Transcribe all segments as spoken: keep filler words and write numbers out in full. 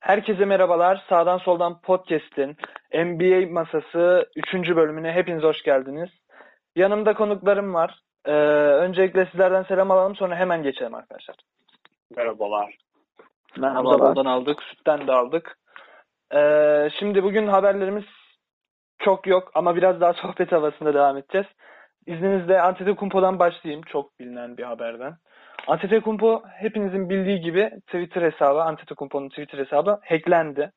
Herkese merhabalar. Sağdan Soldan Podcast'in N B A masası üçüncü bölümüne hepiniz hoş geldiniz. Yanımda konuklarım var. Ee, öncelikle sizlerden selam alalım, sonra hemen geçelim arkadaşlar. Merhabalar. Merhabalar. Boldan aldık, sütten de aldık. Ee, şimdi bugün haberlerimiz çok yok ama biraz daha sohbet havasında devam edeceğiz. İzninizle Antetokounmpo'dan başlayayım, çok bilinen bir haberden. Antetokounmpo hepinizin bildiği gibi Twitter hesabı, Antetokounmpo'nun Twitter hesabı hacklendi.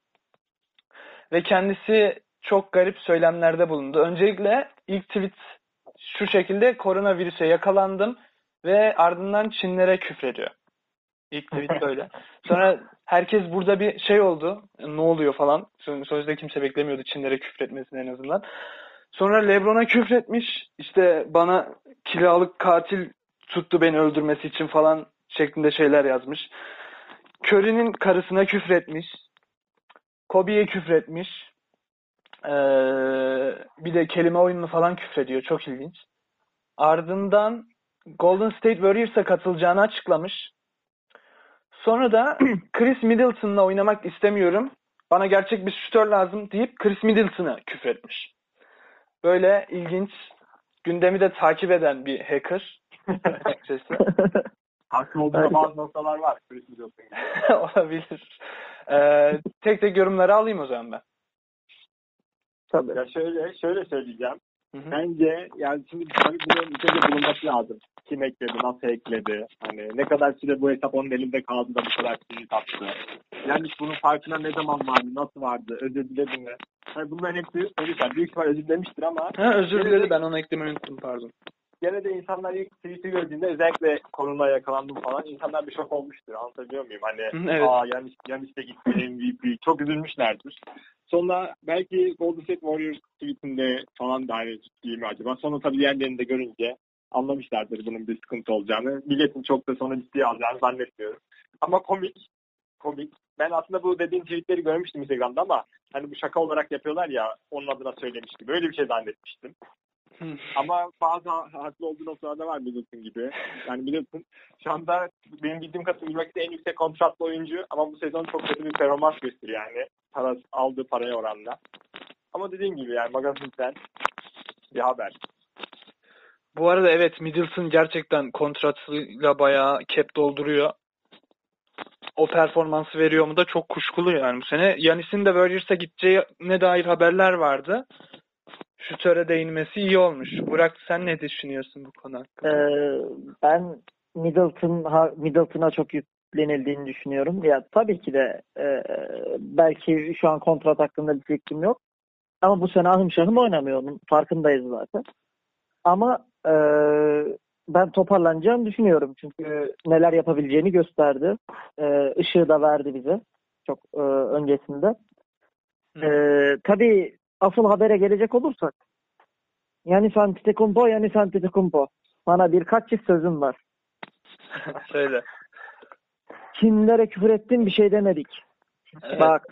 Ve kendisi çok garip söylemlerde bulundu. Öncelikle ilk tweet şu şekilde: koronavirüse yakalandım ve ardından Çinlere küfrediyor. İlk tweet böyle. Sonra herkes burada bir şey oldu. Ne oluyor falan. Sözde kimse beklemiyordu Çinlere küfretmesini en azından. Sonra LeBron'a küfretmiş. İşte bana kiralık katil tuttu beni öldürmesi için falan şeklinde şeyler yazmış. Curry'nin karısına küfretmiş. Kobe'ye küfretmiş. Ee, bir de kelime oyununu falan küfrediyor. Çok ilginç. Ardından Golden State Warriors'a katılacağını açıklamış. Sonra da Chris Middleton'la oynamak istemiyorum, bana gerçek bir şütör lazım deyip Chris Middleton'a küfretmiş. Böyle ilginç, gündemi de takip eden bir hacker. Açıkçası. Haklı olduğunda bazı noktalar var. Chris Middleton gibi. Olabilir. Ee, tek tek yorumları alayım o zaman ben. Tabii. Ya şöyle, şöyle söyleyeceğim. Hı hı. Bence yani şimdi tabii bunun ülkede bulunması lazım. Kim ekledi, nasıl ekledi? Hani ne kadar süre bu hesap onun elinde kaldı da bu kadar sinir tattı. Yani bunun farkına ne zaman vardı, nasıl vardı, özür diledi mi? Yani bunların hepsi söyleyeceğim. Büyük ihtimal özür dilemiştir ama... Ha, özür diledi, ben onu eklemeyi unuttum, pardon. Gene de insanlar ilk tweet'i gördüğünde özellikle konuyla yakalandım falan, insanlar bir şok olmuştur. Anlatabiliyor muyum? Hani evet. aa yanlış, yanlış da gitti M V P. Çok üzülmüşlerdir. Sonra belki Golden State Warriors tweetinde falan da hani ciddi mi acaba? Sonra tabii diğerlerini de görünce anlamışlardır bunun bir sıkıntı olacağını. Milletin çok da sonra ciddiye alacağını zannetmiyorum. Ama komik. Komik. Ben aslında bu dediğim tweetleri görmüştüm Instagram'da ama hani bu şaka olarak yapıyorlar ya, onun adına söylemiş gibi. Öyle bir şey zannetmiştim. Ama bazı haklı olduğu noktalarda var Middleton gibi. Yani Middleton şu anda benim bildiğim kadarıyla en yüksek kontratlı oyuncu ama bu sezon çok kötü bir performans gösteriyor yani. Para, aldığı paraya oranla. Ama dediğim gibi yani magazinsel bir haber. Bu arada evet, Middleton gerçekten kontratıyla bayağı cap dolduruyor. O performansı veriyor mu da çok kuşkulu yani bu sene. Yanis'in de Warriors'a gideceğine dair haberler vardı. Şutöre değinmesi iyi olmuş. Burak, sen ne düşünüyorsun bu konu hakkında? Ee, ben Middleton Middleton'a çok yüklenildiğini düşünüyorum. Ya tabii ki de e, belki şu an kontrat hakkında bir fikrim yok. Ama bu sene ahım şahım oynamıyor. Onun farkındayız zaten. Ama e, ben toparlanacağını düşünüyorum. Çünkü neler yapabileceğini gösterdi. E, ışığı da verdi bize çok e, öncesinde. E, tabii asıl habere gelecek olursak, yani Antetokounmpo, yani Antetokounmpo. Bana birkaç çift sözüm var. Söyle. Kimlere küfür ettin, bir şey demedik. Evet. Bak.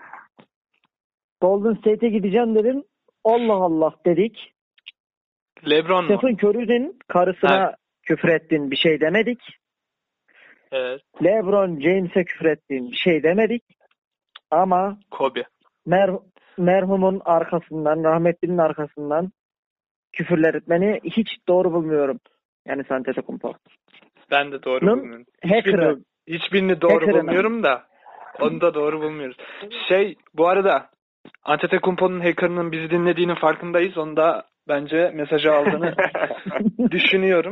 Golden State'e gideceğim dedim. Allah Allah dedik. LeBron mu? Stephen Curry'nin karısına evet. küfür ettin, bir şey demedik. Evet. LeBron James'e küfür ettin, bir şey demedik. Ama Kobe. Mer- merhumun arkasından, rahmetlinin arkasından küfürler etmeni hiç doğru bulmuyorum. Yani Antetokounmpo. Ben de doğru Nın bulmuyorum. Hiçbirini, hiçbirini doğru Hacker'ın bulmuyorum da onu da doğru bulmuyoruz. Şey, bu arada Antetokounmpo'nun hacker'ının bizi dinlediğinin farkındayız. Onu da bence mesajı aldığını düşünüyorum.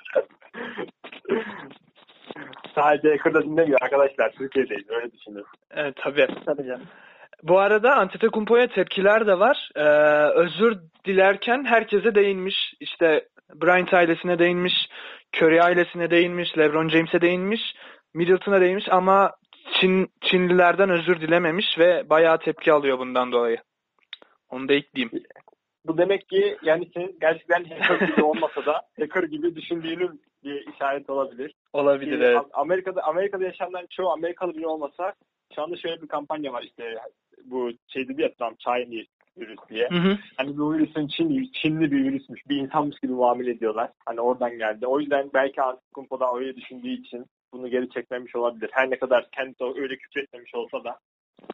Sadece hacker'da dinlemiyor arkadaşlar. Türkiye'deyiz. Öyle düşünüyorum. Evet, tabii. Tabii canım. Bu arada Antetokounmpo'ya tepkiler de var. Ee, özür dilerken herkese değinmiş. İşte Bryant ailesine değinmiş, Curry ailesine değinmiş, LeBron James'e değinmiş, Middleton'a değinmiş ama Çin, Çinlilerden özür dilememiş ve bayağı tepki alıyor bundan dolayı. Onu da ekleyeyim. Bu demek ki yani senin gerçekten hacker gibi olmasa da hacker gibi düşündüğünün bir işaret olabilir. Olabilir, ki, evet. Amerika'da Amerika'da yaşayanların çoğu Amerikalı biri olmasa şu anda şöyle bir kampanya var işte bu şey dedi ya Trump, Chinese virüs diye. Hı hı. Hani bu virüsün Çin, Çinli bir virüsmüş, bir insanmış gibi muamele ediyorlar. Hani oradan geldi. O yüzden belki Antetokounmpo'da öyle düşündüğü için bunu geri çekmemiş olabilir. Her ne kadar kendisi öyle küfretmemiş olsa da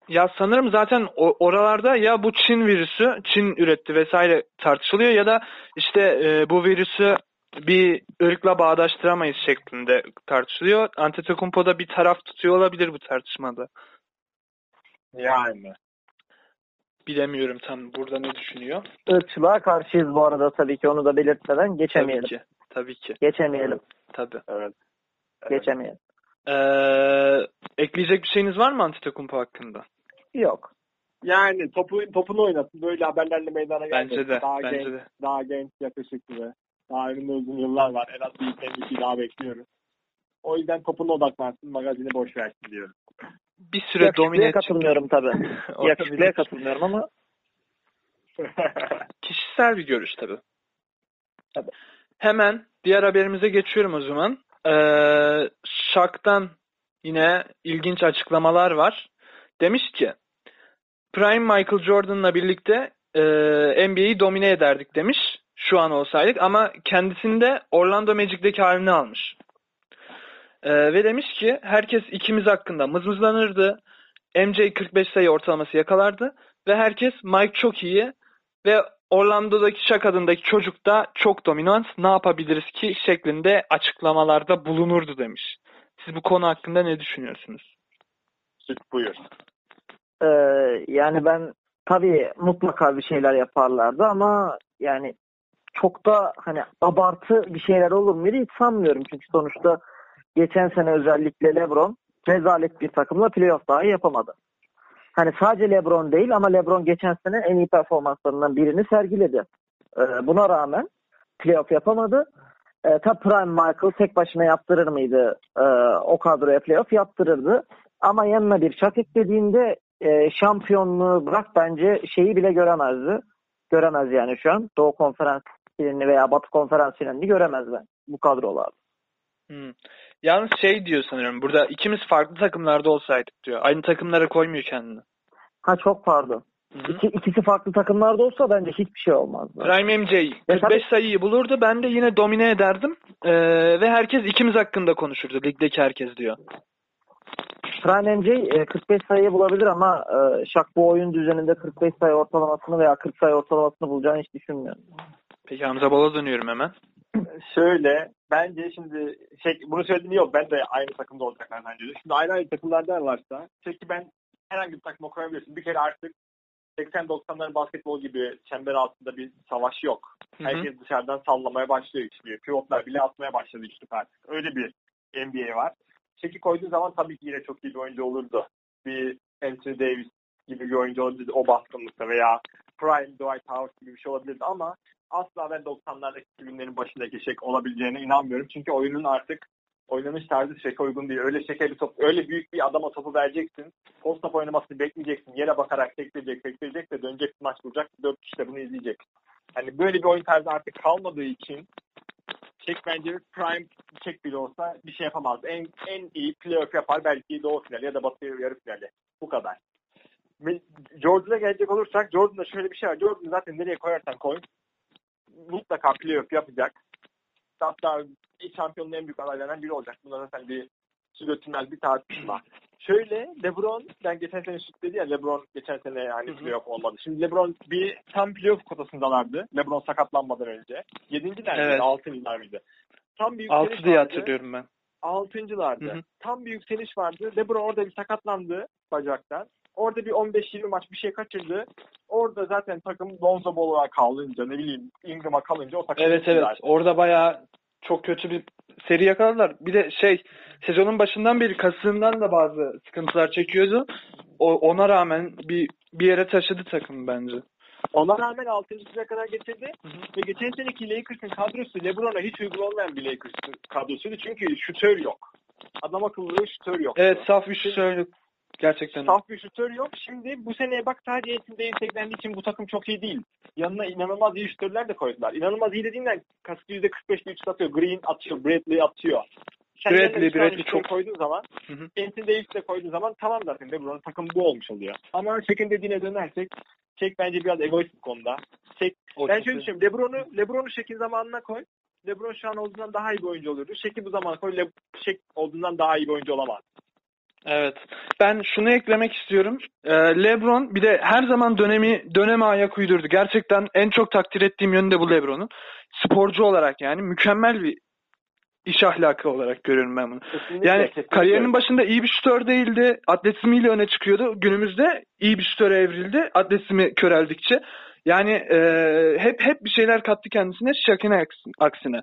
Ya sanırım zaten o- oralarda ya bu Çin virüsü, Çin üretti vesaire tartışılıyor ya da işte e, bu virüsü bir ırkla bağdaştıramayız şeklinde tartışılıyor. Antetokounmpo da bir taraf tutuyor olabilir bu tartışmada. Yani. Bilemiyorum tam burada ne düşünüyor. Irkçılığa karşıyız bu arada, tabii ki onu da belirtmeden geçemeyelim. Tabii ki. Tabii ki. Geçemeyelim. Tabii. Evet. Geçemeyelim. Ee, ekleyecek bir şeyiniz var mı Antetokounmpo hakkında? Yok. Yani topu, topunu oynasın. Böyle haberlerle meydana gelmesin. Bence de. Daha Bence genç, de. daha genç, yakışıklı. Daha önünde uzun yıllar var. En az bir M V P daha bekliyoruz. O yüzden topuna odaklansın. Magazini boş versin diyorum. Bir süre domine Yakışıklıya edecek. katılmıyorum tabii. Yakışıklıya katılmıyorum ama Kişisel bir görüş tabii. Tabii. Hemen diğer haberimize geçiyorum o zaman. Ee, Shaq'tan yine ilginç açıklamalar var. Demiş ki Prime Michael Jordan'la birlikte e, N B A'yi domine ederdik demiş. Şu an olsaydık ama kendisinde Orlando Magic'deki halini almış. Ee, ve demiş ki herkes ikimiz hakkında mızmızlanırdı. M J kırk beş sayı ortalaması yakalardı ve herkes Mike çok iyi ve Orlando'daki Shaq adındaki çocuk da çok dominant, ne yapabiliriz ki şeklinde açıklamalarda bulunurdu demiş. Siz bu konu hakkında ne düşünüyorsunuz? Buyur. e, yani ben tabii mutlaka bir şeyler yaparlardı ama yani çok da hani abartı bir şeyler olur muydu hiç sanmıyorum. Çünkü sonuçta geçen sene özellikle LeBron rezalet bir takımla playoff dahi yapamadı. Hani sadece LeBron değil ama LeBron geçen sene en iyi performanslarından birini sergiledi. Ee, buna rağmen playoff yapamadı. Ee, tabii Prime Michael tek başına yaptırır mıydı? Ee, o kadroya playoff yaptırırdı. Ama yanına bir Shaq eklediğinde e, şampiyonluğu bırak bence şeyi bile göremezdi. Göremez yani şu an. Doğu Konferans finalini veya Batı Konferans finalini göremez ben bu kadrolar. Hmm. Yalnız şey diyor sanırım burada ikimiz farklı takımlarda olsaydık diyor. Aynı takımlara koymuyor kendini. Ha çok pardon. Hı hı. İki, ikisi farklı takımlarda olsa bence hiçbir şey olmazdı. Prime M J kırk beş sayıyı bulurdu. Ben de yine domine ederdim. Ee, ve herkes ikimiz hakkında konuşurdu. Ligdeki herkes diyor. Prime M J kırk beş sayıyı bulabilir ama e, Shaq bu oyun düzeninde kırk beş sayı ortalamasını veya kırk sayı ortalamasını bulacağını hiç düşünmüyorum. Peki Hamza Bal'a dönüyorum hemen. Şöyle, bence şimdi şey, bunu söylediğim yok. Ben de aynı takımda olacaklar bence. Şimdi ayrı ayrı takımlarda varsa, çünkü ben herhangi bir takıma koyabilirsin. Bir kere artık seksen doksanların basketbol gibi çember altında bir savaş yok. Hı hı. Herkes dışarıdan sallamaya başlıyor üçlüyü. Pivotlar bile atmaya başladı üçlük artık. Öyle bir N B A var. Çeki koyduğu zaman tabii ki yine çok iyi bir oyuncu olurdu. Bir Anthony Davis gibi bir oyuncu olabilirdi o baskınlıkta veya Prime Dwight Howard gibi bir şey olabilirdi ama asla ben doksanlardaki iki binlerin başındaki Shaq olabileceğine inanmıyorum. Çünkü oyunun artık oynanış tarzı Shaq'a uygun değil. Öyle Shaq'a bir top, öyle büyük bir adama topu vereceksin. Post-up oynamasını bekleyeceksin. Yere bakarak tektirecek, tektirecek de dönecek bir maç bulacak. Dört kişi de bunu izleyecek. Hani böyle bir oyun tarzı artık kalmadığı için Shaq bence prime Shaq bile olsa bir şey yapamaz. En en iyi playoff yapar belki doğu finali ya da batı yarı finali. Bu kadar. Jordan'a gelecek olursak Jordan'da şöyle bir şey var. Jordan'ı zaten nereye koyarsan koy mutlaka playoff yapacak. Hatta şampiyonun en büyük adaylarından biri olacak. Bunda zaten bir sürekli bir tartışma. Şöyle LeBron, ben geçen sene şut dedi ya LeBron geçen sene hani playoff olmadı. Şimdi LeBron bir tam playoff kotasındalardı. LeBron sakatlanmadan önce. Yedinci miydi? Evet. Altıncılar mıydı? Tam bir altı yükseliş diye vardı. hatırlıyorum ben. Altıncılardı. Hı hı. Tam bir yükseliş vardı. LeBron orada bir sakatlandı bacaktan. Orada bir on beş yirmi maç bir şey kaçırdı. Orada zaten takım Lonzo Ball'a kalınca ne bileyim Ingram'a kalınca o takım Evet evet. zaten. Orada bayağı çok kötü bir seri yakaladılar. Bir de şey sezonun başından beri kasından da bazı sıkıntılar çekiyordu. O, ona rağmen bir bir yere taşıdı takım bence. Ona rağmen altıncı sıra kadar getirdi. Hı hı. Ve geçen seneki Lakers'ın kadrosu LeBron'a hiç uygun olmayan bir Lakers'ın kadrosuydu. Çünkü şutör yok. Adam akıllı şutör yok. Evet saf bir şutör yok. Gerçekten. Saf bir şutör yok. Şimdi bu seneye bak sadece eğitimde yükseklendiği için bu takım çok iyi değil. Yanına inanılmaz iyi şutörler de koydular. İnanılmaz iyi dediğimden kasıtlı yüzde kırk beş bir üçlük atıyor. Green atıyor. Bradley atıyor. Sen Bradley, Bradley çok koyduğun zaman Anthony Davis de koyduğun zaman tamam zaten LeBron'un takım bu olmuş oluyor. Ama Shaq'in dediğine dönersek Shaq bence biraz egoist bir konuda. Shaq, ben şöyle düşünüyorum. LeBron'u LeBron'u Shaq'in zamanına koy. LeBron şu an olduğundan daha iyi bir oyuncu olurdu. Shaq'i bu zamana koy. Le- Shaq olduğundan daha iyi bir oyuncu olamaz. Evet. Ben şunu eklemek istiyorum. Ee, LeBron bir de her zaman dönemi döneme ayak uydurdu. Gerçekten en çok takdir ettiğim yönü de bu LeBron'un. Sporcu olarak yani mükemmel bir iş ahlakı olarak görüyorum ben bunu. Kesinlikle, yani kesinlikle kariyerinin öyle. başında iyi bir şutör değildi. Atletizmiyle öne çıkıyordu. Günümüzde iyi bir şutöre evrildi. Atletizmi köreldikçe. Yani e, hep hep bir şeyler kattı kendisine. Shaq'ın aksine.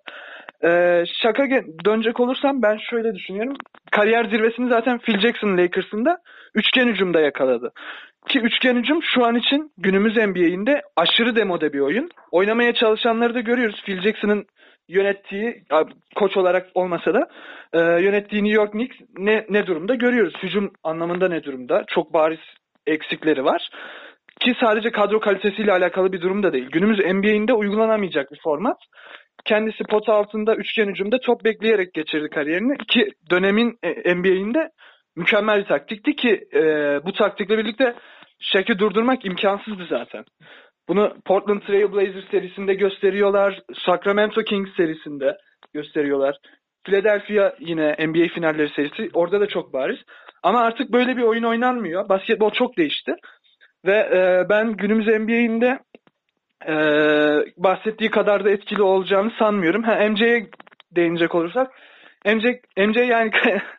E, Shaq'a dönecek olursam ben şöyle düşünüyorum. Kariyer zirvesini zaten Phil Jackson Lakers'ında üçgen hücumda yakaladı. Ki üçgen hücum şu an için günümüz N B A'inde aşırı demode bir oyun. Oynamaya çalışanları da görüyoruz. Phil Jackson'ın yönettiği, koç olarak olmasa da e, yönettiği New York Knicks ne, ne durumda görüyoruz. Hücum anlamında ne durumda? Çok bariz eksikleri var. Ki sadece kadro kalitesiyle alakalı bir durum da değil. Günümüz N B A'inde uygulanamayacak bir format. Kendisi pota altında üçgen hücumda top bekleyerek geçirdi kariyerini. Ki dönemin N B A'inde mükemmel bir taktikti ki e, bu taktikle birlikte Shaq'ı durdurmak imkansızdı zaten. Bunu Portland Trail Blazers serisinde gösteriyorlar. Sacramento Kings serisinde gösteriyorlar. Philadelphia yine N B A finalleri serisi. Orada da çok bariz. Ama artık böyle bir oyun oynanmıyor. Basketbol çok değişti. Ve e, ben günümüz N B A'inde e, bahsettiği kadar da etkili olacağını sanmıyorum. Ha, M J'ye değinecek olursak M J, M J yani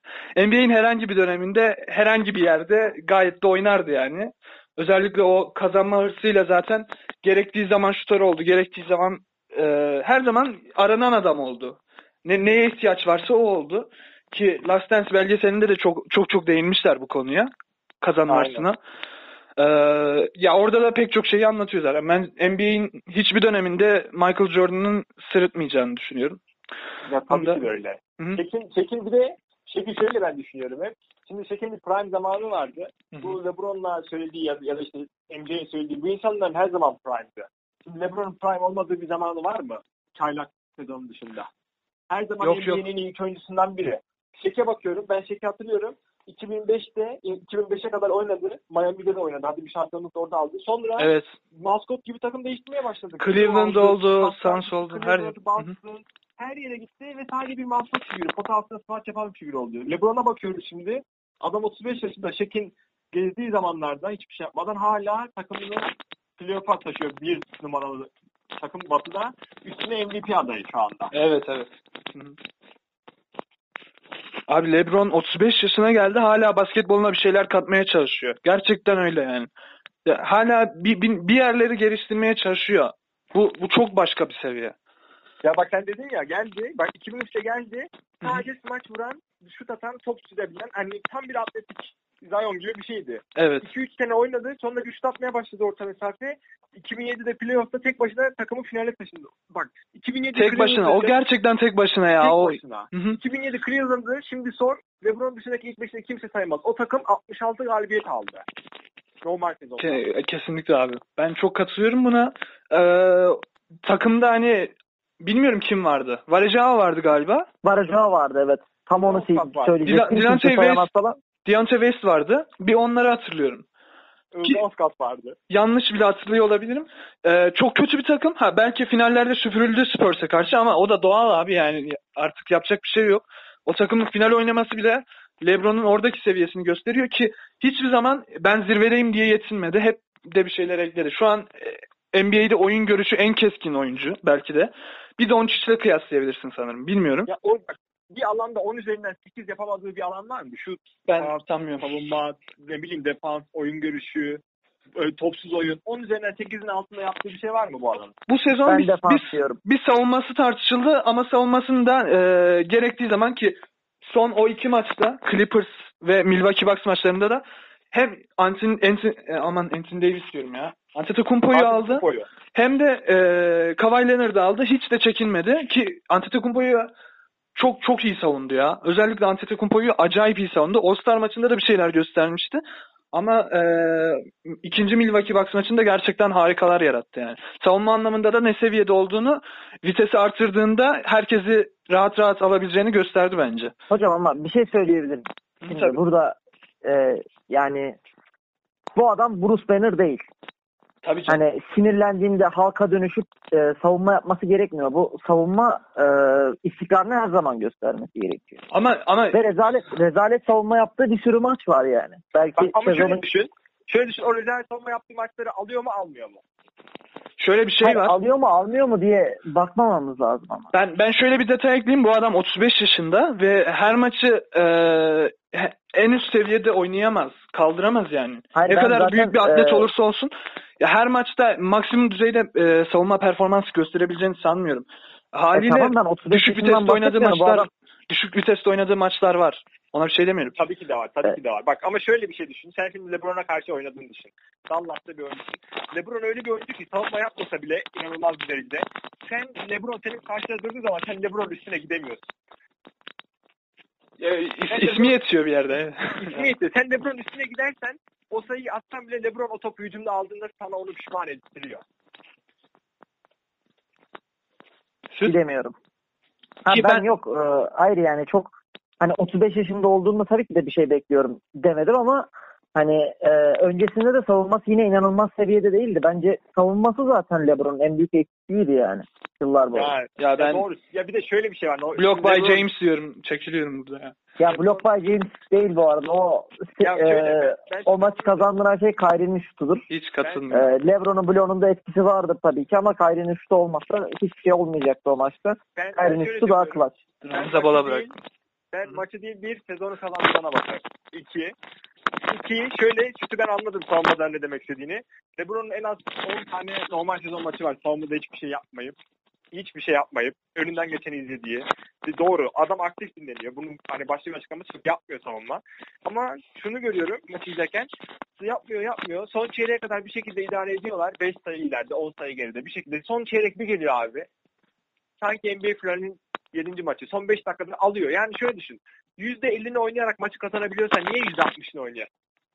N B A'in herhangi bir döneminde herhangi bir yerde gayet de oynardı yani. Özellikle o kazanma hırsıyla zaten gerektiği zaman şutör oldu. Gerektiği zaman e, her zaman aranan adam oldu. Ne, neye ihtiyaç varsa o oldu. Ki Last Dance belgeselinde de çok çok çok değinmişler bu konuya. Kazanma hırsına. Ee, ya orada da pek çok şeyi anlatıyor zaten. Ben N B A'in hiçbir döneminde Michael Jordan'ın sırıtmayacağını düşünüyorum. Ya tabii Onda... ki de öyle. Şekil, şekil bir de şekil şöyle ben düşünüyorum hep. Şimdi Şekil'in bir prime zamanı vardı. Hı hı. Bu LeBron'la söylediği ya, ya da işte M J'nin söylediği bu insanların her zaman prime'dı. Şimdi LeBron'un prime olmadığı bir zamanı var mı? Çaylak sezonu dışında. Her zaman yok, N B A'nin ilk oyuncusundan biri. Şek'e bakıyorum. Ben Şek'i hatırlıyorum. iki bin beşte iki bin beşe kadar oynadı. Miami'de de oynadı. Hadi bir şampiyonluk da orada aldı. Sonra evet. maskot gibi takım değiştirmeye başladı. Cleveland oldu, Suns oldu. Her Boston, her yere gitti ve sadece bir maskot figürü. Pota altında smaç yapan bir figür oldu. LeBron'a bakıyoruz şimdi. Adam otuz beş yaşında. Şek'in gezdiği zamanlarda hiçbir şey yapmadan hala takımını playoff'a taşıyor. Bir numaralı takım Batı'da. Üstüne M V P adayı şu anda. Evet evet. Hı-hı. Abi LeBron otuz beş yaşına geldi. Hala basketboluna bir şeyler katmaya çalışıyor. Gerçekten öyle yani. Hala bir, bir, bir yerleri geliştirmeye çalışıyor. Bu bu çok başka bir seviye. Ya bak sen dedin ya geldi. Bak iki bin üçte geldi. Sadece smaç vuran, şut atan, top sürebilen. Hani tam bir atletik Zion gibi bir şeydi. Evet. iki üç sene oynadı. Sonra şut atmaya başladı orta mesafe. iki bin yedide playoff'ta tek başına takımı finale taşındı. Bak iki bin yedi tek başına. O gerçekten tek başına ya. Tek o... başına. Hı hı. iki bin yedi Cleveland'ı şimdi sor. LeBron dışındaki ilk beşine kimse saymaz. O takım altmış altı galibiyet aldı. Normal sezonda. Ke- kesinlikle abi. Ben çok katılıyorum buna. Ee, takımda hani bilmiyorum kim vardı. Varejao vardı galiba. Varejao vardı evet. Tam onu söyleyecektim. Deontay West, Deontay West vardı. Bir onları hatırlıyorum. Oscar vardı. Yanlış bile hatırlıyor olabilirim. Ee, çok kötü bir takım. Ha belki finallerde süpürüldü Spurs'e karşı ama o da doğal abi yani artık yapacak bir şey yok. O takımın final oynaması bile LeBron'un oradaki seviyesini gösteriyor ki hiçbir zaman ben zirvedeyim diye yetinmedi. Hep de bir şeyler ekledi. Şu an N B A'de oyun görüşü en keskin oyuncu belki de. Bir Doncic'le kıyaslayabilirsin sanırım. Bilmiyorum. Ya o bir alanda on üzerinden sekiz yapamadığı bir alan var mı? Şut, ben sanmıyorum. Savunma, ne bileyim defans, oyun görüşü, topsuz oyun. on üzerinden sekizin altında yaptığı bir şey var mı bu alanın? Bu sezon ben bir, bir, bir savunması tartışıldı ama savunmasında e, gerektiği zaman ki son o iki maçta Clippers ve Milwaukee Bucks maçlarında da hem Antin, Antin, aman Anthony Davis diyorum ya. Antetokounmpo'yu aldı. Hem de e, Kawhi Leonard'ı aldı. Hiç de çekinmedi ki Antetokounmpo'yu çok çok iyi savundu ya. Özellikle Antetokounmpo'yu acayip iyi savundu. All-Star maçında da bir şeyler göstermişti. Ama e, ikinci Milwaukee Bucks maçında gerçekten harikalar yarattı yani. Savunma anlamında da ne seviyede olduğunu vitesi artırdığında herkesi rahat rahat alabileceğini gösterdi bence. Hocam ama bir şey söyleyebilirim. Şimdi burada e, yani bu adam Bruce Banner değil. Tabii canım. Hani sinirlendiğinde halka dönüşüp e, savunma yapması gerekmiyor. Bu savunma e, istikrarını her zaman göstermesi gerekiyor. Ama ama Ve rezalet rezalet savunma yaptığı bir sürü maç var yani. Belki Bak, ama sezonun... şöyle düşün. Şöyle düşün. O rezalet savunma yaptığı maçları alıyor mu almıyor mu? şöyle bir şey Hayır, var. alıyor mu almıyor mu diye bakmamamız lazım ama. Ben ben şöyle bir detay ekleyeyim. Bu adam otuz beş yaşında ve her maçı e, en üst seviyede oynayamaz. Kaldıramaz yani. Hayır, ne ben kadar zaten, büyük bir atlet e, olursa olsun ya her maçta maksimum düzeyde e, savunma performansı gösterebileceğini sanmıyorum. Haliyle E tamam, ben otuz beş düşük yaşından viteste oynadığı bahsetmiyorum. Bu maçlar adam- düşük viteste oynadığı maçlar var. Ona bir şey demiyorum. Tabii ki de var. Tabii Evet. ki de var. Bak ama şöyle bir şey düşün. Sen şimdi LeBron'a karşı oynadığını düşün. Dallas'ta bir oyuncusun. LeBron öyle bir oyuncu ki savunma yapmasa bile inanılmaz bir derecede. Sen LeBron senin karşına durduğu zaman sen LeBron üstüne gidemiyorsun. E, is, ismi yetiyor bir yerde. İsmi yetiyor. Sen LeBron üstüne gidersen o sayıyı atsan bile LeBron o topu hücumda aldığında sana onu pişman ettiriyor. Siz- Bilemiyorum. Ha, Ki ben, ben- yok. E, hayır yani çok hani otuz beş yaşında olduğumda tabii ki de bir şey bekliyorum demedim ama hani e, öncesinde de savunması yine inanılmaz seviyede değildi. Bence savunması zaten LeBron'un en büyük eksikliğiydi yani yıllar boyu. Ya, Ya ben- doğru. Ya bir de şöyle bir şey var. O- Block by LeBron- James diyorum. Çekiliyorum burada ya. Ya block by James değil bu arada. O Ya e, şöyle, ben- ben- o maç kazandıran şey Kyrie'nin şutudur. Hiç E, katılmıyorum. LeBron'un bloğunun da etkisi vardır tabii ki ama Kyrie'nin şutu olmazsa hiçbir şey olmayacaktı o maçta. Ben, ben Kyrie'nin şöyle şutu daha diyorum. clutch. Ben Ramza bola maçı değil- bıraktım. Ben maçı değil bir sezonu kazandırana bakarım. İki. İki şöyle çünkü ben anladım savunmadan ne demek istediğini. LeBron'un en az on tane normal sezon maçı var. Savunmada hiçbir şey yapmayıp hiçbir şey yapmayıp önünden geçeni izlediği. E, Doğru. Adam aktif dinleniyor. Bunun hani başka bir açıklaması yok. Yapmıyor savunma. Ama şunu görüyorum maçı izlerken yapmıyor yapmıyor. Son çeyreğe kadar bir şekilde idare ediyorlar. beş sayı ileride, on sayı geride bir şekilde. Son çeyrek bir geliyor abi. Sanki N B A finalinin yedinci maçı. Son beş dakikada alıyor. Yani şöyle düşün. yüzde ellini oynayarak maçı kazanabiliyorsan niye yüzde altmışını oynuyor?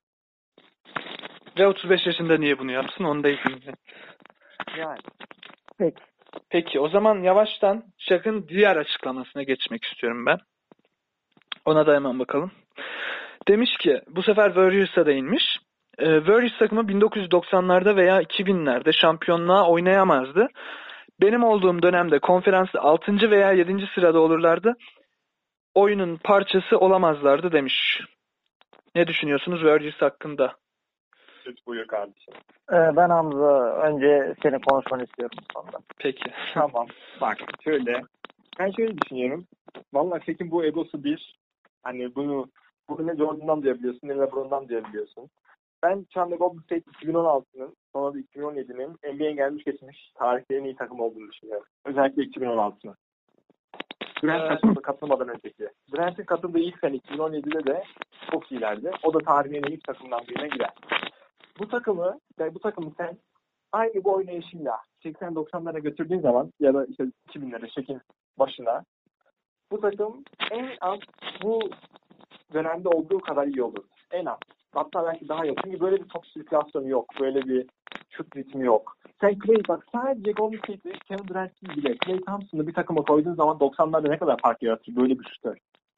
Ve otuz beş yaşında niye bunu yapsın onu da ekleyeyim. Yani. Peki. Peki o zaman yavaştan Shaq'ın diğer açıklamasına geçmek istiyorum ben. Ona da hemen bakalım. Demiş ki bu sefer Warriors'a değinmiş. Ee, Warriors takımı bin dokuz yüz doksanlarda veya iki binlerde şampiyonluğa oynayamazdı. Benim olduğum dönemde konferansta altıncı veya yedinci sırada olurlardı. Oyunun parçası olamazlardı demiş. Ne düşünüyorsunuz Warriors hakkında? Lütfen buyur kardeşim. Ee, ben Hamza önce senin konuşmanı istiyorum bu konuda. Peki. Tamam. Bak şöyle. Ben şöyle düşünüyorum. Vallahi Şek'in bu egosu bir. Hani bunu bunu ne Jordan'dan duyabiliyorsun ne LeBron'dan duyabiliyorsun. Ben şu anda Golden State iki bin on altının sonra da iki bin on yedinin N B A'ye gelmiş geçmiş tarihte en iyi takım olduğunu düşünüyorum. Özellikle iki bin on altının. Durant katıldı, katılmadan önceki. Durant'in katıldığı ilk sene iki bin on yedide de çok iyilerdi. O da tarihin en iyi takımdan birine girer. Bu takımı, bu takımı sen aynı bu oynayışıyla seksen doksanlara götürdüğün zaman ya da işte iki binlere Şek'in başına bu takım en az bu dönemde olduğu kadar iyi olur. En az. Hatta belki daha iyi. Çünkü böyle bir top sirkülasyonu yok. Böyle bir şut ritmi yok. Sen Clay bak sadece Golden State'de Kevin Durant'i bile Clay Thompson'ı bir takıma koyduğun zaman doksanlarda ne kadar fark yaratır böyle bir şutör.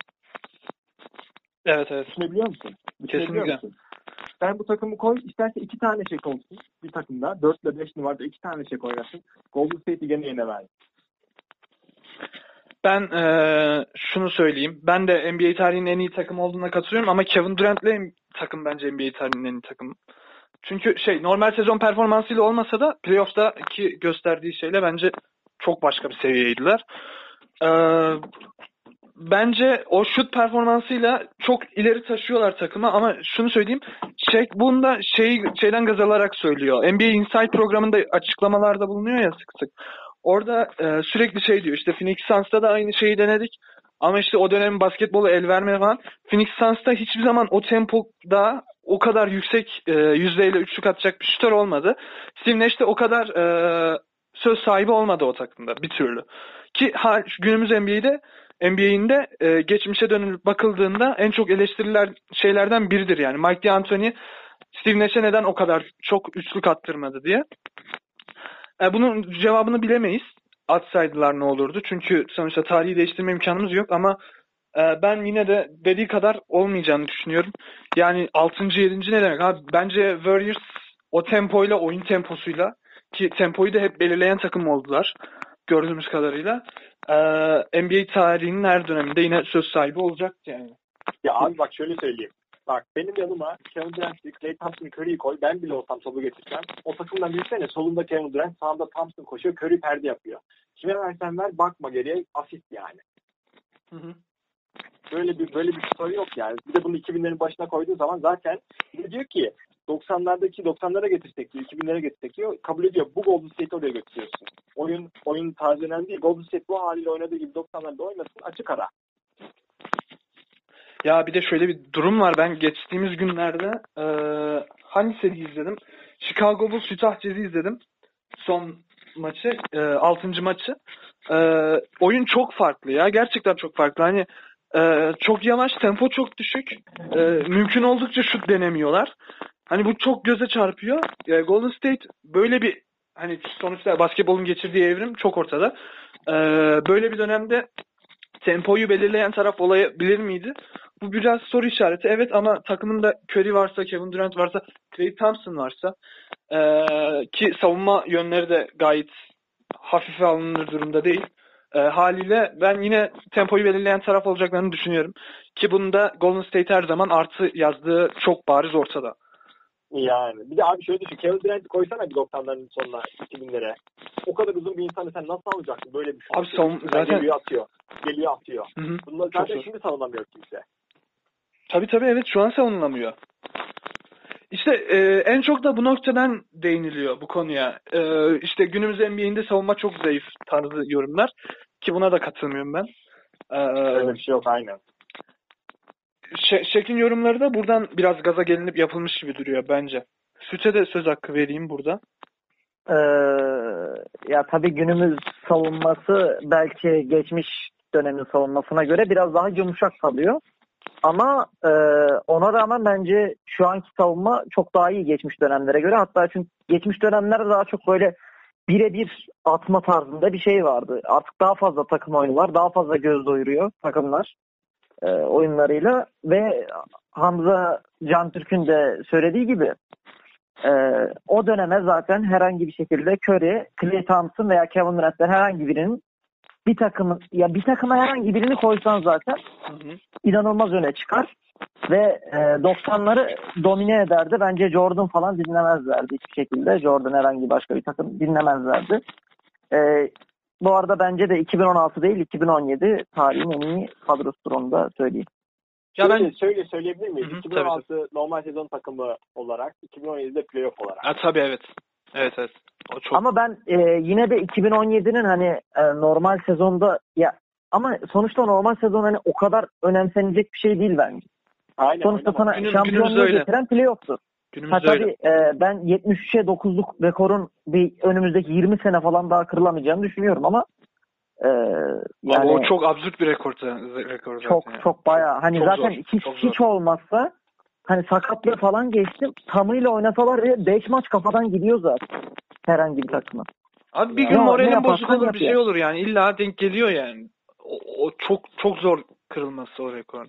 Evet evet. Düşünebiliyor musun? Düşünebiliyor Kesinlikle. musun? Sen bu takımı koy, isterse iki tane Şek olsun bir takımda. Dört ile beş numarada iki tane Şek oynasın. Golden State'i gene yenemez. Ben ee, şunu söyleyeyim. Ben de N B A tarihinin en iyi takım olduğuna katılıyorum ama Kevin Durant'le takım bence N B A tarihinin en iyi takımı. Çünkü şey normal sezon performansıyla olmasa da playoff'taki gösterdiği şeyle bence çok başka bir seviyeydiler. Ee, bence o şut performansıyla çok ileri taşıyorlar takımı ama şunu söyleyeyim. Shaq bunda şey, şeyden gaz alarak söylüyor. N B A Inside programında açıklamalarda bulunuyor ya sık sık. Orada e, sürekli şey diyor işte Phoenix Suns'ta da aynı şeyi denedik. Ama işte o dönemin basketbolu el verme falan. Phoenix Suns'ta hiçbir zaman o tempoda o kadar yüksek e, yüzdeyle üçlük atacak bir şutör olmadı. Steve Nash de o kadar e, söz sahibi olmadı o takımda bir türlü. Ki ha, günümüz N B A'de N B A'inde e, geçmişe dönülüp bakıldığında en çok eleştiriler şeylerden biridir yani. Mike D'Antoni Steve Nash'e neden o kadar çok üçlük attırmadı diye. E, bunun cevabını bilemeyiz. Atsaydılar ne olurdu? Çünkü sonuçta tarihi değiştirme imkanımız yok ama e, ben yine de dediği kadar olmayacağını düşünüyorum. Yani altıncı yedinci ne demek? Abi, bence Warriors o tempoyla, oyun temposuyla, ki tempoyu da hep belirleyen takım oldular gördüğümüz kadarıyla. Ee, N B A tarihinin her döneminde yine söz sahibi olacaktı yani. Ya abi bak şöyle söyleyeyim. Bak benim yanıma Kevin Durant'i, Klay Thompson, Curry'i koy. Ben bile olsam topu getireceğim. O takımdan düşünsene, solunda Kevin Durant, sağında Thompson koşuyor, Curry perde yapıyor. Kime versen ver, bakma geriye, asist yani. Hı hı. Böyle bir böyle bir story yok yani. Bir de bunu iki binlerin başına koyduğu zaman zaten bir de diyor ki doksanlardaki doksanlara getirsek diyor, iki binlere getirsek diyor, kabul ediyor. Bu Golden State'i oraya götürüyorsun. Oyun oyun tarzı önemli değil. Golden State bu haliyle oynadığı gibi doksanlarda oynasın, açık ara. Ya bir de şöyle bir durum var. Ben geçtiğimiz günlerde e, hangi seri izledim? Chicago Bulls Utah Jazz'i izledim. Son maçı, e, altıncı maçı. E, oyun çok farklı ya. Gerçekten çok farklı. Hani e, çok yavaş, tempo çok düşük. E, mümkün oldukça şut denemiyorlar. Hani bu çok göze çarpıyor. E, Golden State böyle bir, hani sonuçta basketbolun geçirdiği evrim çok ortada. E, böyle bir dönemde tempoyu belirleyen taraf olabilir miydi? Bu biraz soru işareti. Evet, ama takımında Curry varsa, Kevin Durant varsa, Klay Thompson varsa ee, ki savunma yönleri de gayet hafife alınır durumda değil. Ee, haliyle ben yine tempoyu belirleyen taraf olacaklarını düşünüyorum. Ki bunda Golden State her zaman artı yazdığı çok bariz ortada. Yani. Bir de abi şöyle düşün. Kevin Durant'i koysana bir doksanların sonuna, iki binlere. O kadar uzun bir insanı sen nasıl alacaksın? Böyle bir şey. Abi savun zaten geliyor atıyor. Geliyor atıyor. Hı hı. Bunlar zaten şimdi savunamıyor kimse. Tabii tabii, evet, şu an savunulamıyor. İşte e, en çok da bu noktadan değiniliyor bu konuya. E, işte günümüz N B A'inde savunma çok zayıf tarzı yorumlar. Ki buna da katılmıyorum ben. E, Öyle bir şey yok, aynen. Şeklin yorumları da buradan biraz gaza gelinip yapılmış gibi duruyor bence. Süt'e de söz hakkı vereyim burada. Ee, ya tabii günümüz savunması belki geçmiş dönemin savunmasına göre biraz daha yumuşak kalıyor. Ama e, ona rağmen bence şu anki savunma çok daha iyi geçmiş dönemlere göre. Hatta çünkü geçmiş dönemlerde daha çok böyle birebir atma tarzında bir şey vardı. Artık daha fazla takım oyunu var. Daha fazla göz doyuruyor takımlar e, oyunlarıyla. Ve Hamza Can Türk'ün de söylediği gibi e, o döneme zaten herhangi bir şekilde Curry, Klay Thompson veya Kevin Durant'ten herhangi birinin bir takımın ya bir takıma herhangi birini koysan zaten Hı hı. inanılmaz öne çıkar ve e, doksanları domine ederdi. Bence Jordan falan dinlemezlerdi hiçbir şekilde. Jordan herhangi başka bir takım dinlemezlerdi. E, bu arada bence de iki bin on altı değil iki bin on yedi tarihin en iyi kadrosudur, onu da söyleyeyim. Ya şöyle, ben şöyle söyleyebilir miyiz? Hı hı, iki bin on altı tabii, normal sezon takımı olarak, iki bin on yedide playoff olarak. ha, tabii evet. Evet evet. O çok... Ama ben e, yine de iki bin on yedinin hani e, normal sezonda ya ama sonuçta normal sezon hani o kadar önemsenecek bir şey değil bence. Aynen, Sonuçta oynamadı. sana Günüm- şampiyonluğu getiren playoff'tur. Ha Günümüzde öyle. tabii e, ben yetmiş üçe dokuzluk rekorun bir önümüzdeki yirmi sene falan daha kırılamayacağını düşünüyorum ama e, yani Abi o çok absürt bir rekor, rekor zaten. çok yani. çok bayağı hani çok zaten zor, hiç çok zor. hiç olmazsa hani sakatlığı falan geçtim, tamıyla oynasalar ve beş maç kafadan gidiyor zaten herhangi bir takıma. Abi bir Ya, gün ne moralin yaparsan bozuk olur, yap bir ya. şey olur yani. İlla denk geliyor yani. O, o çok çok zor kırılması o rekorun.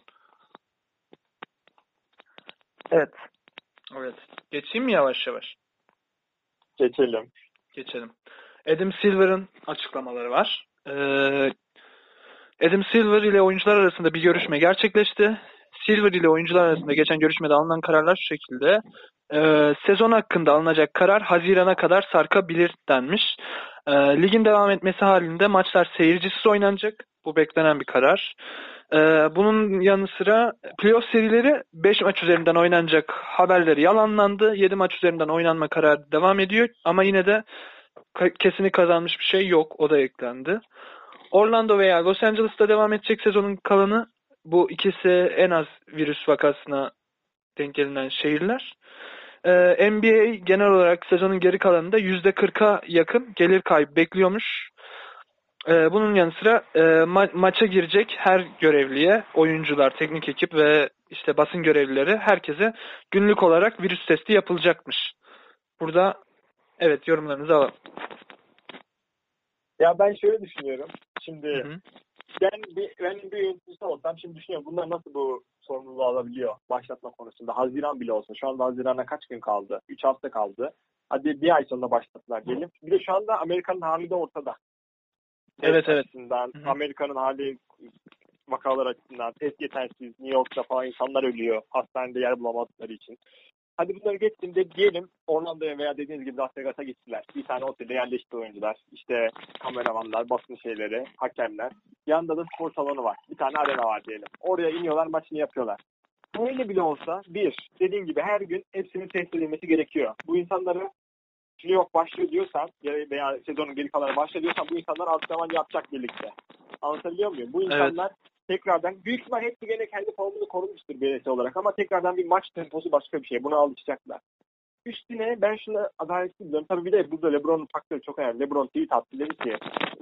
Evet. Evet. Geçeyim mi yavaş yavaş? Geçelim. Geçelim. Adam Silver'ın açıklamaları var. Ee, Adam Silver ile oyuncular arasında bir görüşme gerçekleşti. Silver ile oyuncular arasında geçen görüşmede alınan kararlar şu şekilde. Ee, sezon hakkında alınacak karar Haziran'a kadar sarkabilir denmiş. Ee, ligin devam etmesi halinde maçlar seyircisiz oynanacak. Bu beklenen bir karar. Ee, bunun yanı sıra playoff serileri beş maç üzerinden oynanacak haberleri yalanlandı. yedi maç üzerinden oynanma kararı devam ediyor. Ama yine de kesinlik kazanmış bir şey yok. O da eklendi. Orlando veya Los Angeles'ta devam edecek sezonun kalanı, bu ikisi en az virüs vakasına denk gelinen şehirler. Ee, N B A genel olarak sezonun geri kalanında yüzde kırka yakın gelir kaybı bekliyormuş. Ee, bunun yanı sıra e, ma- maça girecek her görevliye, oyuncular, teknik ekip ve işte basın görevlileri, herkese günlük olarak virüs testi yapılacakmış. Burada evet, yorumlarınızı alalım. Ya ben şöyle düşünüyorum. Şimdi Hı hı. ben bir ben bir yöneticisi olsam şimdi düşünüyorum bunlar nasıl bu sorumluluğu sorumluluğu alabiliyor başlatma konusunda. Haziran bile olsa. Şu anda Haziran'a kaç gün kaldı? üç hafta kaldı. Hadi bir ay sonra başlattılar diyelim. Bir de şu anda Amerika'nın hali de ortada. Evet, evet. Açısından, Amerika'nın hali vakalar açısından test yetersiz. New York'ta falan insanlar ölüyor. Hastanede yer bulamadıkları için. Hadi bunları geçtim de diyelim Orlando'ya veya dediğiniz gibi Las Vegas'a gittiler. Bir tane otelde yerleşti oyuncular. İşte kameramanlar, basın şeyleri, hakemler. Yanında da spor salonu var. Bir tane arena var diyelim. Oraya iniyorlar, maçını yapıyorlar. Böyle bile olsa bir, dediğim gibi her gün hepsinin test edilmesi gerekiyor. Bu insanları playoff başlıyor diyorsan veya sezonun geri kalanı başlıyor diyorsan bu insanlar antrenman yapacak birlikte. Anlatabiliyor muyum? Bu insanlar evet. Tekrardan büyük ihtimal hepsi gene kendi formunu korumuştur bireysel olarak ama tekrardan bir maç temposu başka bir şey. Buna alışacaklar. Üstüne ben şunu adaletli biliyorum. Tabii bir de burada LeBron'un faktörü çok önemli. LeBron tweet attı dedi ki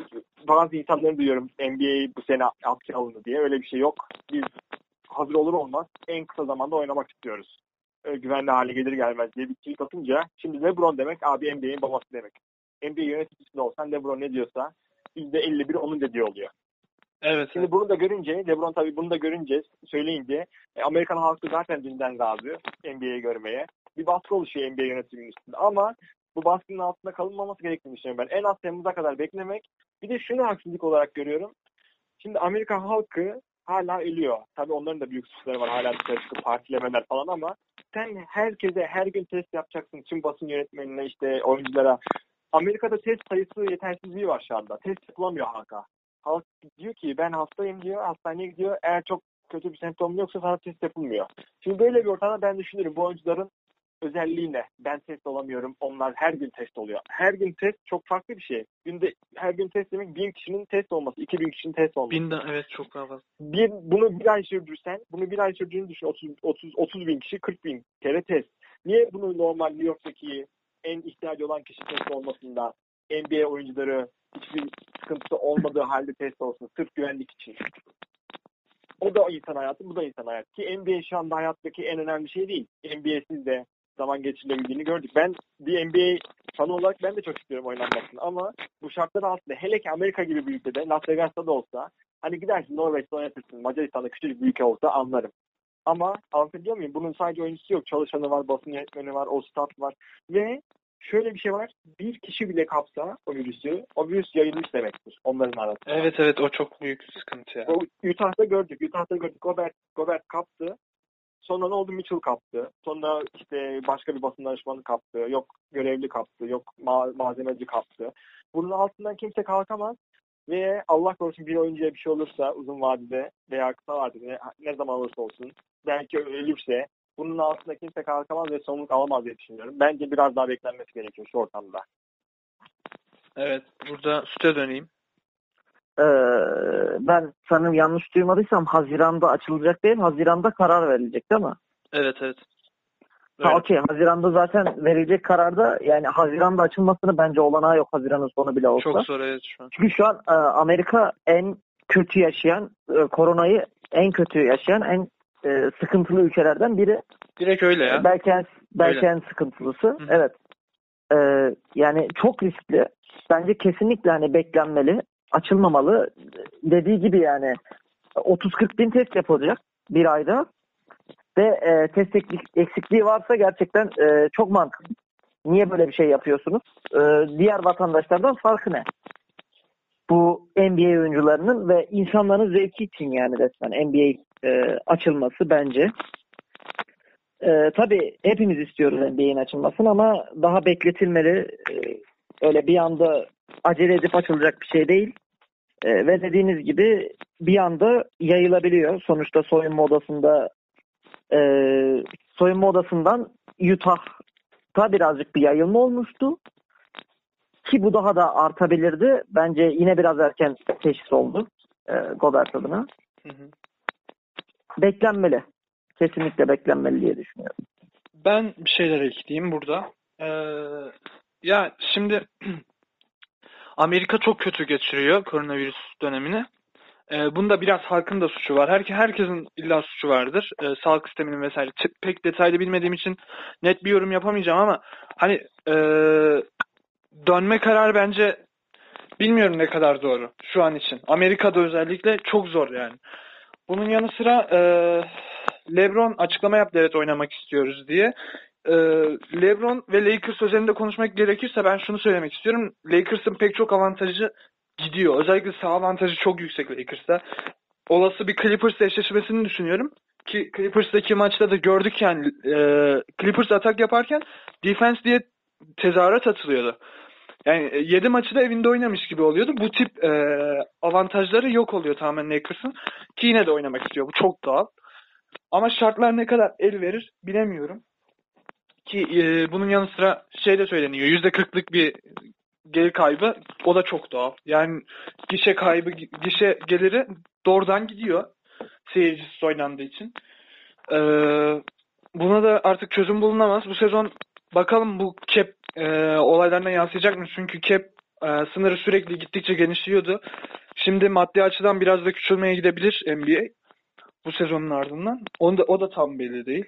bazı insanları duyuyorum N B A'yi bu sene askıya alındı diye. Öyle bir şey yok. Biz hazır olur olmaz en kısa zamanda oynamak istiyoruz. Öyle güvenli hale gelir gelmez diye bir tweet atınca şimdi LeBron demek abi N B A'nin babası demek. N B A yöneticisi de olsan LeBron ne diyorsa yüzde elli bir onun dediği oluyor. Evet. Şimdi bunu da görünce, LeBron tabii bunu da görünce, söyleyince e, Amerikan halkı zaten dünden razı N B A'yi görmeye. Bir baskı oluşuyor N B A yönetiminin üstünde. Ama bu baskının altında kalınmaması gerektiğini düşünüyorum ben. En az Temmuz'a kadar beklemek. Bir de şunu haksızlık olarak görüyorum. Şimdi Amerikan halkı hala ölüyor. Tabii onların da büyük suçları var. Hala dışarı çıkıp partilemeler falan ama sen herkese her gün test yapacaksın. Tüm basın yönetmenine işte oyunculara. Amerika'da test sayısı yetersizliği var şu anda. Test yapılamıyor halka. Halk diyor ki ben hastayım diyor, hastaneye gidiyor. Eğer çok kötü bir semptom yoksa sana test yapılmıyor. Şimdi böyle bir ortamda ben düşünürüm bu oyuncuların özelliği ne? Ben test olamıyorum, onlar her gün test oluyor. Her gün test çok farklı bir şey. Günde her gün test demek bin kişinin test olması, iki bin kişinin test olması. Binden evet çok fazla. Bir, bunu bir ay sürdürsen, bunu bir ay sürdüğünü düşün. otuz, otuz, otuz bin kişi, kırk bin kere test. Niye bunu normal New York'taki en ihtiyacı olan kişi test olmasında N B A oyuncuları hiçbir sıkıntısı olmadığı halde test olsun. Sırf güvenlik için. O da insan hayatı, bu da insan hayatı. Ki N B A şu anda hayattaki en önemli şey değil. N B A'siz de zaman geçirilebildiğini gördük. Ben bir N B A fanı olarak ben de çok istiyorum oynanmasını. Ama bu şartlar altında hele ki Amerika gibi bir ülkede, Las Vegas'ta da olsa hani gidersin Norveç'te oynatırsın, Macaristan'da küçücük bir ülke olsa anlarım. Ama anlatabiliyor muyum? Bunun sadece oyuncusu yok. Çalışanı var, basın yönetmeni var, o staff var. Ve şöyle bir şey var. Bir kişi bile kapsa o virüsü, o virüs yayılmış demektir onların arasında. Evet evet o çok büyük sıkıntı ya. O Utah'ta gördük. Utah'ta gördük. Gobert, Gobert kaptı. Sonra ne oldu? Mitchell kaptı. Sonra işte başka bir basın danışmanı kaptı. Yok görevli kaptı. Yok ma- malzemeci kaptı. Bunun altından kimse kalkamaz. Ve Allah korusun bir oyuncuya bir şey olursa uzun vadede veya kısa vadede ne, ne zaman olursa olsun belki ölürse bunun altında kimse kalkamaz ve sorumluluk alamaz diye düşünüyorum. Bence biraz daha beklenmesi gerekiyor şu ortamda. Evet. Burada süte döneyim. Ee, ben sanırım yanlış duymadıysam Haziran'da açılacak değil, Haziran'da karar verilecek değil mi? Evet evet. Ha okey. Haziran'da zaten verilecek kararda yani Haziran'da açılmasını bence olanağı yok Haziran'ın sonu bile olsa. Çok zor evet şu an. Çünkü şu an e, Amerika en kötü yaşayan, e, koronayı en kötü yaşayan, en e, sıkıntılı ülkelerden biri. Direkt öyle ya. Belki en, belki öyle. en sıkıntılısı. Hı-hı. Evet. E, yani çok riskli. Bence kesinlikle hani beklenmeli. Açılmamalı. Dediği gibi yani otuz kırk bin test yapılacak bir ayda. Ve e, test eksikliği varsa gerçekten e, çok mantıklı. Niye böyle bir şey yapıyorsunuz? E, diğer vatandaşlardan farkı ne? Bu N B A oyuncularının ve insanların zevki için yani resmen N B A e, açılması bence. E, tabii hepimiz istiyoruz N B A'nin açılmasını ama daha bekletilmeli. E, öyle bir anda acele edip açılacak bir şey değil. E, ve dediğiniz gibi bir anda yayılabiliyor. Sonuçta soyunma odasında e, soyunma odasından Utah'ta birazcık bir yayılma olmuştu. Ki bu daha da artabilirdi. Bence yine biraz erken teşhis oldu e, Gobert adına. Hı hı. Beklenmeli. Kesinlikle beklenmeli diye düşünüyorum. Ben bir şeyler ekleyeyim burada. Ee, ya şimdi Amerika çok kötü geçiriyor koronavirüs dönemini. Ee, bunda biraz halkın da suçu var. Her, herkesin illa suçu vardır. Ee, sağlık sisteminin vesaire. Ç- pek detaylı bilmediğim için net bir yorum yapamayacağım ama hani e, dönme kararı bence bilmiyorum ne kadar doğru şu an için. Amerika'da özellikle çok zor yani. Bunun yanı sıra e, LeBron açıklama yaptı, evet oynamak istiyoruz diye. Ee, LeBron ve Lakers üzerinde konuşmak gerekirse ben şunu söylemek istiyorum. Lakers'ın pek çok avantajı gidiyor. Özellikle sağ avantajı çok yüksek Lakers'ta. Olası bir Clippers eşleşmesini düşünüyorum. Ki Clippers'taki maçta da gördük yani e, Clippers atak yaparken defense diye tezahürat atılıyordu. Yani yedi maçı da evinde oynamış gibi oluyordu. Bu tip e, avantajları yok oluyor tamamen Lakers'ın. Ki yine de oynamak istiyor. Bu çok doğal. Ama şartlar ne kadar el verir bilemiyorum. Ki e, bunun yanı sıra şey de söyleniyor. yüzde kırklık bir gelir kaybı. O da çok doğal. Yani gişe kaybı, gişe geliri doğrudan gidiyor. Seyircisiz oynandığı için. Ee, buna da artık çözüm bulunamaz. Bu sezon bakalım bu cap e, olaylarına yansıyacak mı? Çünkü cap e, sınırı sürekli gittikçe genişliyordu. Şimdi maddi açıdan biraz da küçülmeye gidebilir N B A bu sezonun ardından. Onu da, o da tam belli değil.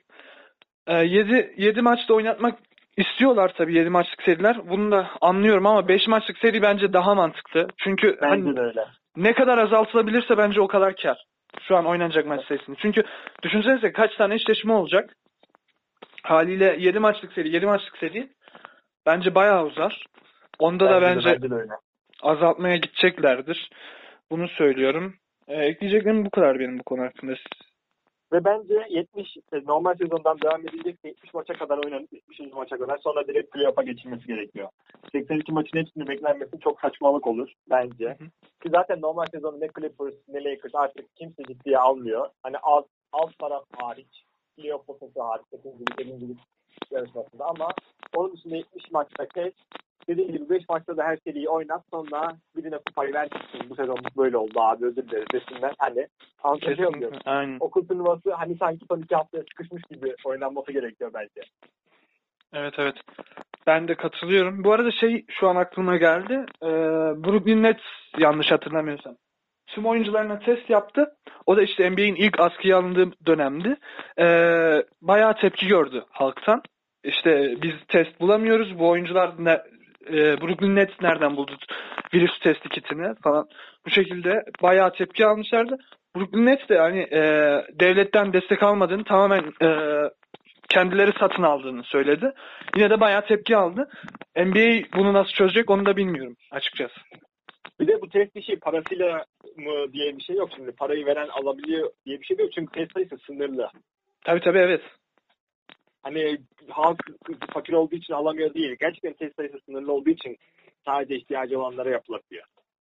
yedi maçta oynatmak istiyorlar tabii, yedi maçlık seriler. Bunu da anlıyorum ama beş maçlık seri bence daha mantıklı. Çünkü bence hani de öyle. Ne kadar azaltılabilirse bence o kadar kar. Şu an oynanacak maç sayısını. Çünkü düşünsenize kaç tane eşleşme olacak. Haliyle yedi maçlık seri, yedi maçlık seri bence bayağı uzar. Onda Bence da de, bence bence de öyle. azaltmaya gideceklerdir. Bunu söylüyorum. Ee, ekleyeceklerim bu kadar benim bu konu hakkında. Ve bence yetmiş normal sezondan devam edilecek yetmiş maça kadar oynanıp yetmişinci maça kadar sonra direkt playoff'a geçilmesi gerekiyor. seksen iki maçın hepsinin beklenmesi çok saçmalık olur bence. Hı hı. Ki zaten normal sezonu ne Clippers ne Lakers artık kimse ciddiye almıyor. Hani alt, alt taraf hariç, playoff potası hariç, sekizincilik, yedincilik yarışmasında ama onun dışında yetmiş maçta kes. Dediğim gibi beş maçta da her seriyi oynat, sonra birine kupayı ver gitsin. Bu sezonluk böyle oldu abi, özür dileriz desinler. Hani anlatabiliyor muyum? Aynen. Okul turnuvası hani sanki son iki haftaya sıkışmış gibi oynanması gerekiyor bence. Evet evet. Ben de katılıyorum. Bu arada şey şu an aklıma geldi. Ee, Brooklyn Nets yanlış hatırlamıyorsam. Tüm oyuncularına test yaptı. O da işte N B A'in ilk askıya alındığı dönemdi. Ee, bayağı tepki gördü halktan. İşte biz test bulamıyoruz. Bu oyuncular ne, e, Brooklyn Nets nereden buldu virüs testi kitini falan. Bu şekilde bayağı tepki almışlardı. Brooklyn Nets de hani e, devletten destek almadığını, tamamen e, kendileri satın aldığını söyledi. Yine de bayağı tepki aldı. N B A bunu nasıl çözecek onu da bilmiyorum açıkçası. Bir de bu test işi parasıyla mı diye bir şey yok şimdi. Parayı veren alabiliyor diye bir şey yok. Çünkü test sayısı sınırlı. Tabii tabii evet. Hani halk fakir olduğu için alamıyor değil. Gerçekten test sayısı sınırlı olduğu için sadece ihtiyacı olanlara yapılabiliyor.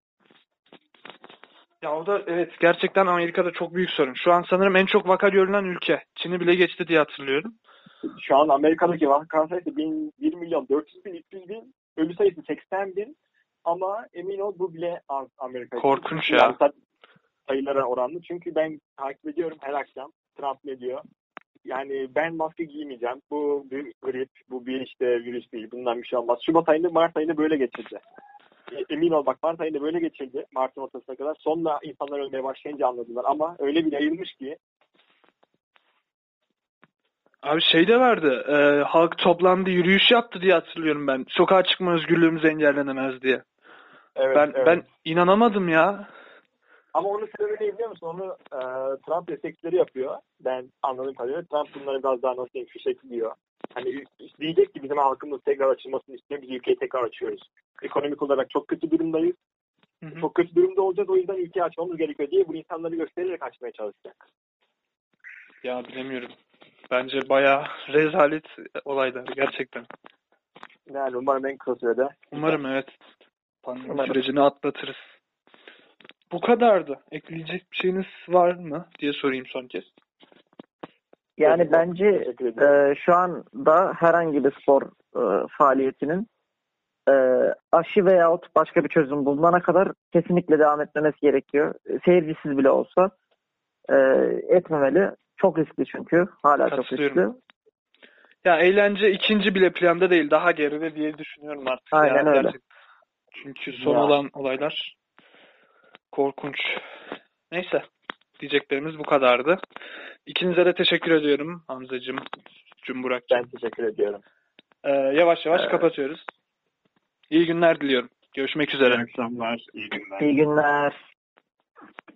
Ya o da evet, gerçekten Amerika'da çok büyük sorun. Şu an sanırım en çok vaka görülen ülke. Çin'i bile geçti diye hatırlıyorum. Şu an Amerika'daki vaka sayısı bir milyon dört yüz bin, üç yüz bin, ölü sayısı seksen bin ama emin ol bu bile az Amerika. Korkunç ya. Sayılara oranlı. Çünkü ben takip ediyorum her akşam. Trump ne diyor? Yani ben maske giymeyeceğim. Bu bir grip, bu bir işte virüs değil. Bundan bir şey olmaz. Şubat ayında, Mart ayında böyle geçirdi. Emin ol bak, Mart ayında böyle geçirdi. Mart'ın ortasına kadar. Sonra insanlar ölmeye başlayınca anladılar. Ama öyle bir yayılmış ki. Abi şey de vardı. E, halk toplandı, yürüyüş yaptı diye hatırlıyorum ben. Sokağa çıkma özgürlüğümüz engellenemez diye. Evet, ben evet. ben inanamadım ya. Ama onun sebebi ne biliyor musun? Onu e, Trump destekçileri yapıyor. Ben anladığım kadarıyla Trump bunları biraz daha nasıl diyeyim fişekliyor. Hani diyecek ki bizim halkımız tekrar açılmasını istiyor. Biz ülkeyi tekrar açıyoruz. Ekonomik olarak çok kötü durumdayız. Hı hı. Çok kötü durumda olacağız. O yüzden ülkeyi açmamız gerekiyor diye bu insanları göstererek açmaya çalışacak. Ya bilemiyorum. Bence bayağı rezalet olaylar gerçekten. Yani umarım en kısa sürede. Umarım evet. Pandemi sürecini atlatırız. Bu kadardı. Ekleyecek bir şeyiniz var mı diye sorayım son kez. Yani evet, bence e, şu anda herhangi bir spor e, faaliyetinin e, aşı veyahut başka bir çözüm bulunana kadar kesinlikle devam etmemesi gerekiyor. Seyircisiz bile olsa e, etmemeli. Çok riskli çünkü. Hala çok riskli. Ya eğlence ikinci bile planda değil. Daha geride diye düşünüyorum artık. Aynen ya, öyle. Gerçekten. Çünkü son ya. olan olaylar korkunç. Neyse. Diyeceklerimiz bu kadardı. İkinize de teşekkür ediyorum Hamzacığım, Cumburak'cığım. Ben teşekkür ediyorum. Ee, yavaş yavaş evet. kapatıyoruz. İyi günler diliyorum. Görüşmek üzere. İyi akşamlar. İyi günler. İyi günler.